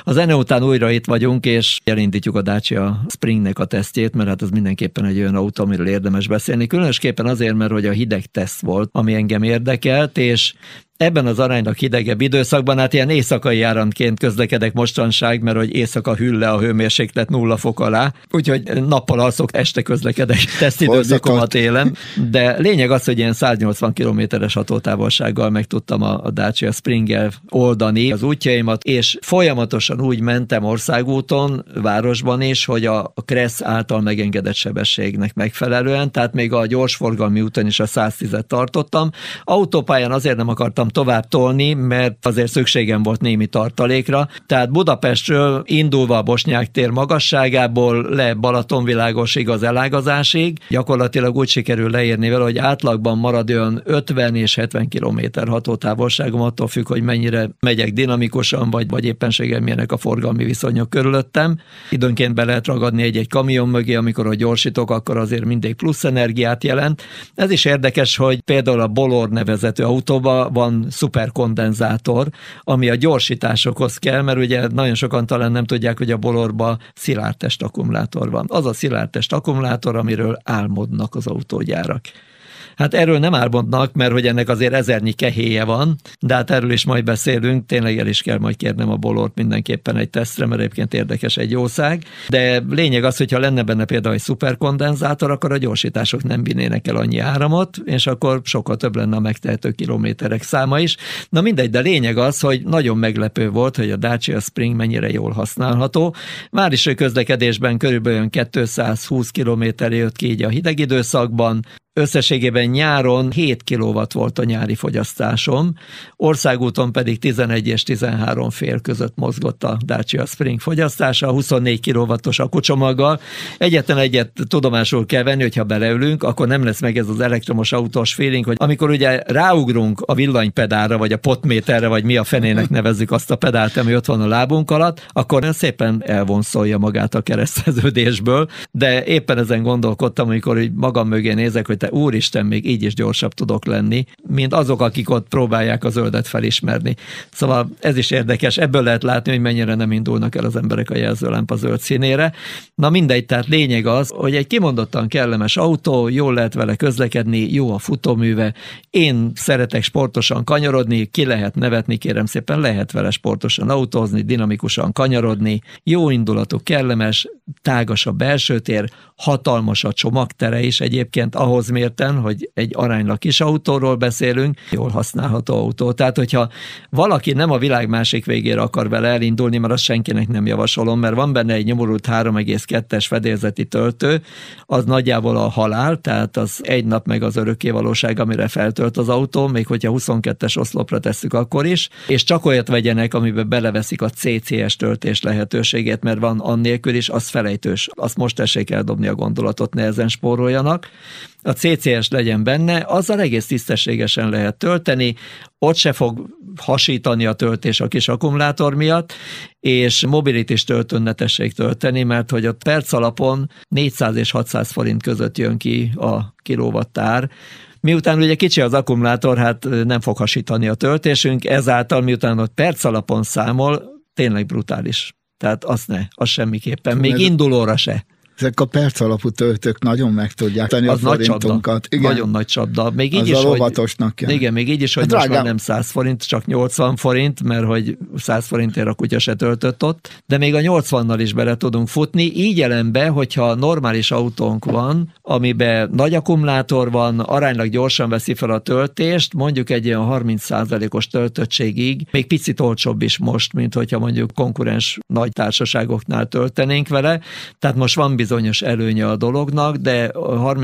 A zene után újra itt vagyunk, és elindítjuk a Dacia Springnek a tesztjét, mert hát ez mindenképpen egy olyan autó, amiről érdemes beszélni. Különösképpen azért, mert hogy a hideg teszt volt, ami engem érdekelt, és ebben az aránylag hidegebb időszakban, hát ilyen éjszakai áramként közlekedek mostanság, mert hogy éjszaka hűl le a hőmérséklet 0 fok alá, úgyhogy nappal alszok, este közlekedek tesztidőszakomat élem, de lényeg az, hogy ilyen 180 kilométeres hatótávolsággal meg tudtam a Dacia Springgel oldani az útjaimat, és folyamatosan úgy mentem országúton, városban is, hogy a Kressz által megengedett sebességnek megfelelően, tehát még a gyorsforgalmi úton is a 110-et tartottam. Autópályán azért nem akartam tovább tolni, mert azért szükségem volt némi tartalékra. Tehát Budapestről indulva a Bosnyák tér magasságából le Balatonvilágosig az elágazásig, gyakorlatilag úgy sikerül leírni vele, hogy átlagban marad olyan 50 és 70 kilométer hatótávolságom, attól függ, hogy mennyire megyek dinamikusan, vagy éppenséggel milyenek a forgalmi viszonyok körülöttem. Időnként be lehet ragadni egy kamion mögé, amikor a gyorsítok, akkor azért mindig plusz energiát jelent. Ez is érdekes, hogy például a Bolor nevezetű autóban van szuperkondenzátor, ami a gyorsításokhoz kell, mert ugye nagyon sokan talán nem tudják, hogy a Bolorban szilárdtest akkumulátor van. Az a szilárdtest akkumulátor, amiről álmodnak az autógyárak. Hát erről nem álmodnak, mert hogy ennek azért ezernyi kehéje van, de hát erről is majd beszélünk, tényleg el is kell majd kérnem a Bolort mindenképpen egy tesztre, mert egyébként érdekes egy jószág, de lényeg az, hogyha lenne benne például egy szuperkondenzátor, akkor a gyorsítások nem vinnének el annyi áramot, és akkor sokkal több lenne a megtehető kilométerek száma is. Na mindegy, de lényeg az, hogy nagyon meglepő volt, hogy a Dacia Spring mennyire jól használható. Már is közlekedésben körülbelül 220 kilométer jött ki így a hideg időszakban, összességében nyáron 7 kW volt a nyári fogyasztásom, országúton pedig 11 és 13 fél között mozgott a Dacia Spring fogyasztása, 24 kW-os akkucsomaggal. Egyetlen egyet tudomásul kell venni, hogyha beleülünk, akkor nem lesz meg ez az elektromos autós feeling, hogy amikor ugye ráugrunk a villanypedálra, vagy a potméterre, vagy mi a fenének nevezzük azt a pedált, ami ott van a lábunk alatt, akkor szépen elvonszolja magát a kereszteződésből, de éppen ezen gondolkodtam, amikor így magam mögé nézek, hogy te úristen, még így is gyorsabb tudok lenni, mint azok, akik ott próbálják a zöldet felismerni. Szóval ez is érdekes, ebből lehet látni, hogy mennyire nem indulnak el az emberek a jelzőlámpa zöld színére. Na mindegy, tehát lényeg az, hogy egy kimondottan kellemes autó, jól lehet vele közlekedni, jó a futóműve, én szeretek sportosan kanyarodni, ki lehet nevetni, kérem szépen, lehet vele sportosan autózni, dinamikusan kanyarodni, jó indulatú, kellemes, tágas a belső tér, hatalmas a csomagtere is egyébként ahhoz mérten, hogy egy aránylag kis autóról beszélünk, jól használható autó. Tehát, hogyha valaki nem a világ másik végére akar vele elindulni, mert azt senkinek nem javasolom, mert van benne egy nyomorult 3,2-es fedélzeti töltő, az nagyjából a halál, tehát az egy nap meg az örökkévalóság, amire feltölt az autó, még hogyha 22-es oszlopra tesszük akkor is, és csak olyat vegyenek, amiben beleveszik a CCS töltés lehetőségét, mert van annélkül is, az felejtős. Azt most tessék eldobni a gondolatot, nehezen spóroljanak. A CCS legyen benne, azzal egész tisztességesen lehet tölteni, ott se fog hasítani a töltés a kis akkumulátor miatt, és mobilitis töltőn ne tessék tölteni, mert hogy a perc alapon 400 és 600 forint között jön ki a kilowattár. Miután ugye kicsi az akkumulátor, hát nem fog hasítani a töltésünk, ezáltal miután ott perc alapon számol, tényleg brutális. Tehát az semmiképpen, még indulóra se. Ezek a perc alapú töltők nagyon meg tudják tenni a forintunkat. Igen. Nagyon nagy csapda. Még így az is, a óvatosnak kell. Igen, még így is, hogy most már nem 100 forint, csak 80 forint, mert hogy 100 forintért a kutya se töltött ott, de még a 80-nal is bele tudunk futni. Így jelenbe, hogyha normális autónk van, amiben nagy akkumulátor van, aránylag gyorsan veszi fel a töltést, mondjuk egy ilyen 30%-os töltöttségig, még picit olcsóbb is most, mint hogyha mondjuk konkurens nagy társaságoknál töltenénk vele. Tehát most van bizonyos előnye a dolognak, de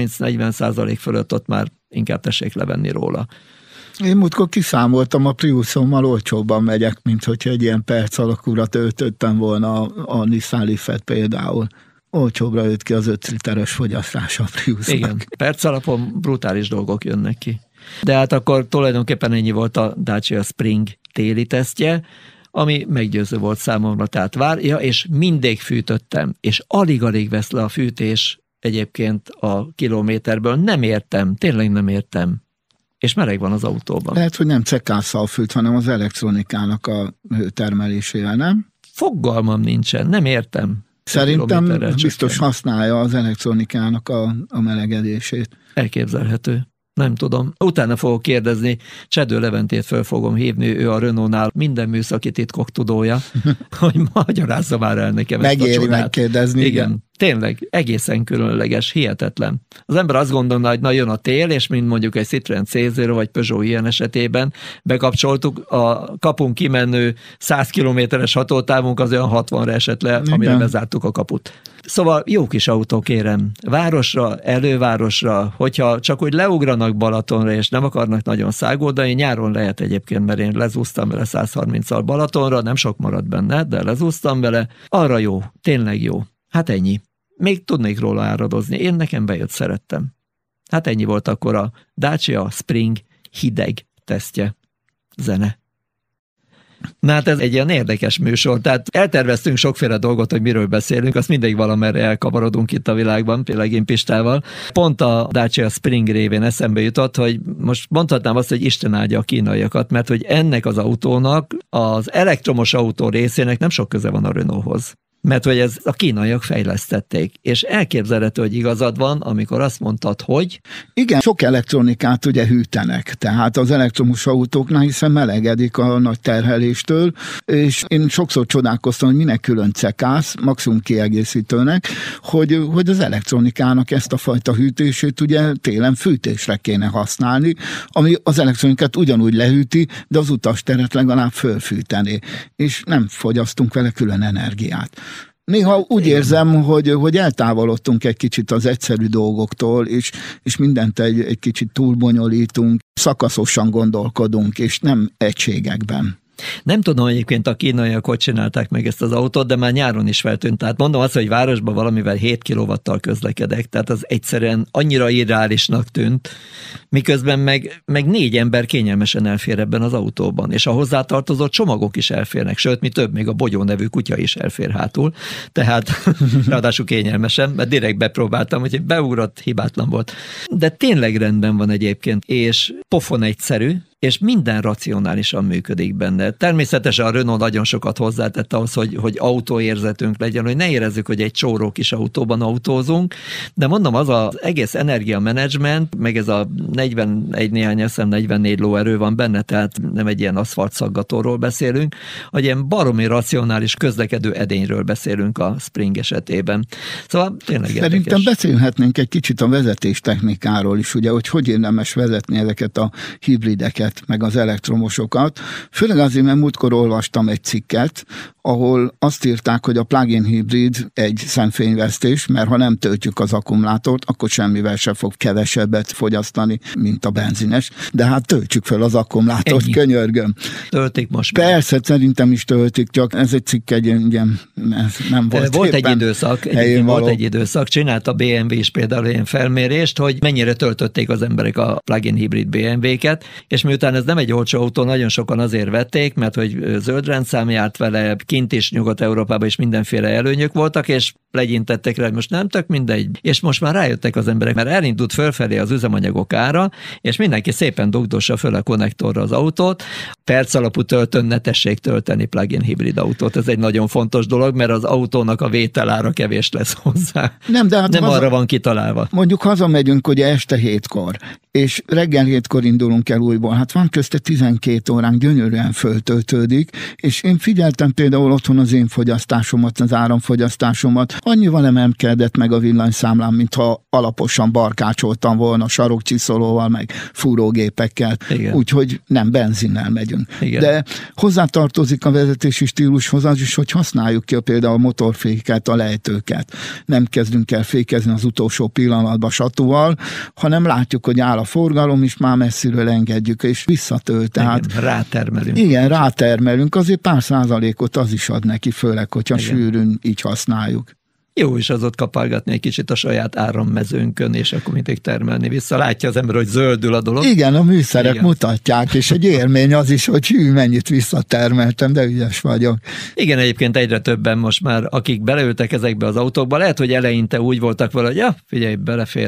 30-40% fölött ott már inkább tessék levenni róla. Én múltkor kiszámoltam, a Priusommal olcsóbban megyek, mint hogyha egy ilyen perc alakúra töltöttem volna a Nissan Leaf-et például. Olcsóbbra jött ki az 5 literes fogyasztás a Priusnak. Igen, perc alapon brutális dolgok jönnek ki. De hát akkor tulajdonképpen ennyi volt a Dacia Spring téli tesztje, ami meggyőző volt számomra, tehát várja, és mindig fűtöttem, és alig-alig vesz le a fűtés egyébként a kilométerből. Nem értem, tényleg nem értem. És meleg van az autóban. Lehet, hogy nem cekásszal fűt, hanem az elektronikának a termelésével, nem? Fogalmam nincsen, nem értem. Szerintem biztos használja az elektronikának a melegedését. Elképzelhető. Nem tudom. Utána fogok kérdezni, Csedő Leventét föl fogom hívni, ő a Renault-nál minden műszaki titkok tudója, hogy magyarázza már el nekem ezt a csodát. Megkérdezni. Igen. Tényleg, egészen különleges, hihetetlen. Az ember azt gondolna, hogy na jön a tél, és mint mondjuk egy Citroen C0 vagy Peugeot ilyen esetében bekapcsoltuk, a kapunk kimenő 100 kilométeres hatótávunk az olyan 60-ra esett le, amire bezártuk a kaput. Szóval jó kis autó, kérem. Városra, elővárosra, hogyha csak úgy leugranak Balatonra, és nem akarnak nagyon száguldani, nyáron lehet egyébként, mert én lezúztam vele 130-al Balatonra, nem sok maradt benne, de lezúztam vele. Arra jó, tényleg jó. Hát ennyi. Még tudnék róla áradozni. Én nekem bejött, szerettem. Hát ennyi volt akkor a Dacia Spring hideg tesztje. Zene. Na hát ez egy ilyen érdekes műsor, tehát elterveztünk sokféle dolgot, hogy miről beszélünk, azt mindig valamerre elkavarodunk itt a világban, például én Pistával. Pont a Dacia Spring révén eszembe jutott, hogy most mondhatnám azt, hogy Isten áldja a kínaiakat, mert hogy ennek az autónak, az elektromos autó részének nem sok köze van a Renaulthoz. Mert hogy ez a kínaiak fejlesztették. És elképzelhető, hogy igazad van, amikor azt mondtad, hogy... Igen, sok elektronikát ugye hűtenek, tehát az elektromos autóknál, hiszen melegedik a nagy terheléstől, és én sokszor csodálkoztam, hogy minek külön cekász, maximum kiegészítőnek, hogy az elektronikának ezt a fajta hűtését ugye télen fűtésre kéne használni, ami az elektronikát ugyanúgy lehűti, de az utasteret legalább fölfűteni, és nem fogyasztunk vele külön energiát. Néha úgy érzem, hogy eltávolodtunk egy kicsit az egyszerű dolgoktól, és mindent egy kicsit túlbonyolítunk, szakaszosan gondolkodunk, és nem egységekben. Nem tudom egyébként a kínaiak hogy csinálták meg ezt az autót, de már nyáron is feltűnt. Tehát mondom azt, hogy városban valamivel 7 kilovattal közlekedek, tehát az egyszerűen annyira irreálisnak tűnt, miközben meg 4 ember kényelmesen elfér ebben az autóban, és a hozzátartozó csomagok is elférnek, sőt, mi több, még a Bogyó nevű kutya is elfér hátul, tehát ráadásul kényelmesen, mert direkt bepróbáltam, hogy beugrott, hibátlan volt. De tényleg rendben van egyébként, és pofon egyszerű, és minden racionálisan működik benne. Természetesen a Renault nagyon sokat hozzátett ahhoz, hogy autóérzetünk legyen, hogy ne érezzük, hogy egy csóró kis autóban autózunk, de mondom, az az egész energiamenedzsment, meg ez a 44 lóerő van benne, tehát nem egy ilyen aszfaltszaggatóról beszélünk, hogy ilyen baromi racionális közlekedő edényről beszélünk a Spring esetében. Szóval tényleg érdekes. Szerintem beszélhetnénk egy kicsit a vezetéstechnikáról is, ugye, hogy érdemes vezetni ezeket a hibrideket, meg az elektromosokat. Főleg azért, mert múltkor olvastam egy cikket, ahol azt írták, hogy a plug-in hibrid egy szemfényvesztés, mert ha nem töltjük az akkumulátort, akkor semmivel se fog kevesebbet fogyasztani, mint a benzines. De hát töltsük fel az akkumulátort, ennyi. Könyörgöm. Töltik most. Persze, szerintem is töltik, csak ez egy cikk ilyen nem volt. Volt egy időszak, csinált a BMW is például ilyen felmérést, hogy mennyire töltötték az emberek a plug-in hibrid BMW-ket, és miután ez nem egy olcsó autó, nagyon sokan azért vették, mert hogy zöld rendszám járt vele, kint is Nyugat-Európában is mindenféle előnyök voltak, és legyintettek rá, hogy most nem tök mindegy, és most már rájöttek az emberek, mert elindult fölfelé az üzemanyagok ára, és mindenki szépen dugdossa föl a konnektorra az autót, perc alapú töltőn ne tessék tölteni plug-in hibrid autót. Ez egy nagyon fontos dolog, mert az autónak a vételára kevés lesz hozzá. Nem arra van kitalálva. Mondjuk hazamegyünk ugye este 7-kor, és reggel 7-kor indulunk el újból. Hát van közte 12 óránk, gyönyörűen föltöltődik, és én figyeltem például otthon az én fogyasztásomat, az áramfogyasztásomat. Annyival emelkedett meg a villanyszámlám, mintha alaposan barkácsoltam volna sarokcsiszolóval, meg fúrógépekkel. Úgyhogy nem benzinnel megyünk. Igen. De hozzátartozik a vezetési stílushoz az is, hogy használjuk ki például a motorféket, a lejtőket. Nem kezdünk el fékezni az utolsó pillanatban satúval, hanem látjuk, hogy áll a forgalom, és már messziről engedjük, és visszatölt. Tehát, rátermelünk. Igen, rátermelünk. Azért pár százalékot az is ad neki, főleg, hogyha sűrűn így használjuk. Jó is az ott kapálgatni egy kicsit a saját árammezőnkön, és akkor mindig termelni vissza. Látja az ember, hogy zöldül a dolog. Igen, a műszerek mutatják, és egy élmény az is, hogy mennyit visszatermeltem, de ügyes vagyok. Igen, egyébként egyre többen most már, akik beleültek ezekbe az autókba, lehet, hogy eleinte úgy voltak vele, hogy ja, figyelj, beleférhet,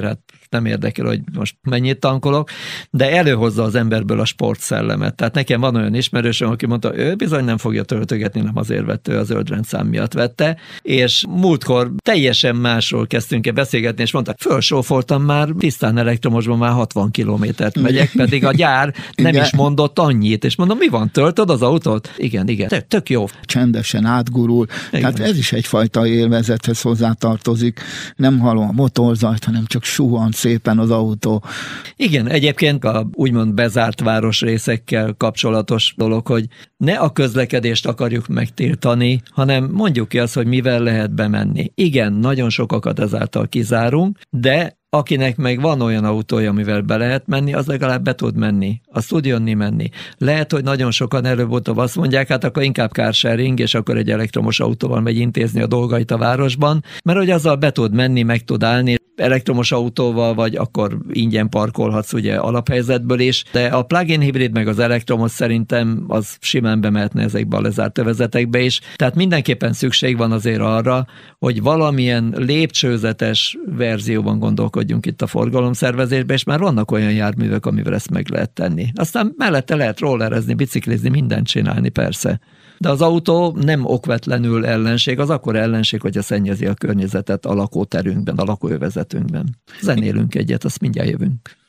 nem érdekel, hogy most mennyit tankolok, de előhozza az emberből a sportszellemet. Tehát nekem van olyan ismerősöm, aki mondta, ő bizony nem fogja töltögetni, nem azért vette, ő a zöldrendszám miatt vette, és múltkor teljesen másról kezdtünk beszélgetni, és mondta, fölsófoltam már, tisztán elektromosban már 60 kilométert megyek, pedig a gyár nem is mondott annyit, és mondom, mi van, töltöd az autót? Igen, tök jó. Csendesen átgurul, tehát ez is egyfajta élvezethez hozzátartozik, nem hallom a motorzajt, hanem csak suhan szépen az autó. Igen, egyébként a úgymond bezárt városrészekkel kapcsolatos dolog, hogy ne a közlekedést akarjuk megtiltani, hanem mondjuk ki azt, hogy mivel lehet bemenni. Igen, nagyon sokakat ezáltal kizárunk, de akinek meg van olyan autója, amivel be lehet menni, az legalább be tud menni, az tud jönni menni. Lehet, hogy nagyon sokan előbb-utóbb azt mondják, hát akkor inkább carsharing, és akkor egy elektromos autóval megy intézni a dolgait a városban, mert hogy azzal be tud menni, meg tud állni, elektromos autóval, vagy akkor ingyen parkolhatsz ugye alaphelyzetből is, de a plug-in hibrid meg az elektromos szerintem az simán bemehetne ezekbe a lezárt övezetekbe is. Tehát mindenképpen szükség van azért arra, hogy valamilyen lépcsőzetes verzióban gondolkodjunk itt a forgalomszervezésben, és már vannak olyan járművek, amivel ezt meg lehet tenni. Aztán mellette lehet rollerezni, biciklizni, mindent csinálni persze. De az autó nem okvetlenül ellenség, az akkor ellenség, hogyha szennyezi a környezetet a lakóterünkben, a lakóövezetünkben. Zenélünk egyet, azt mindjárt jövünk.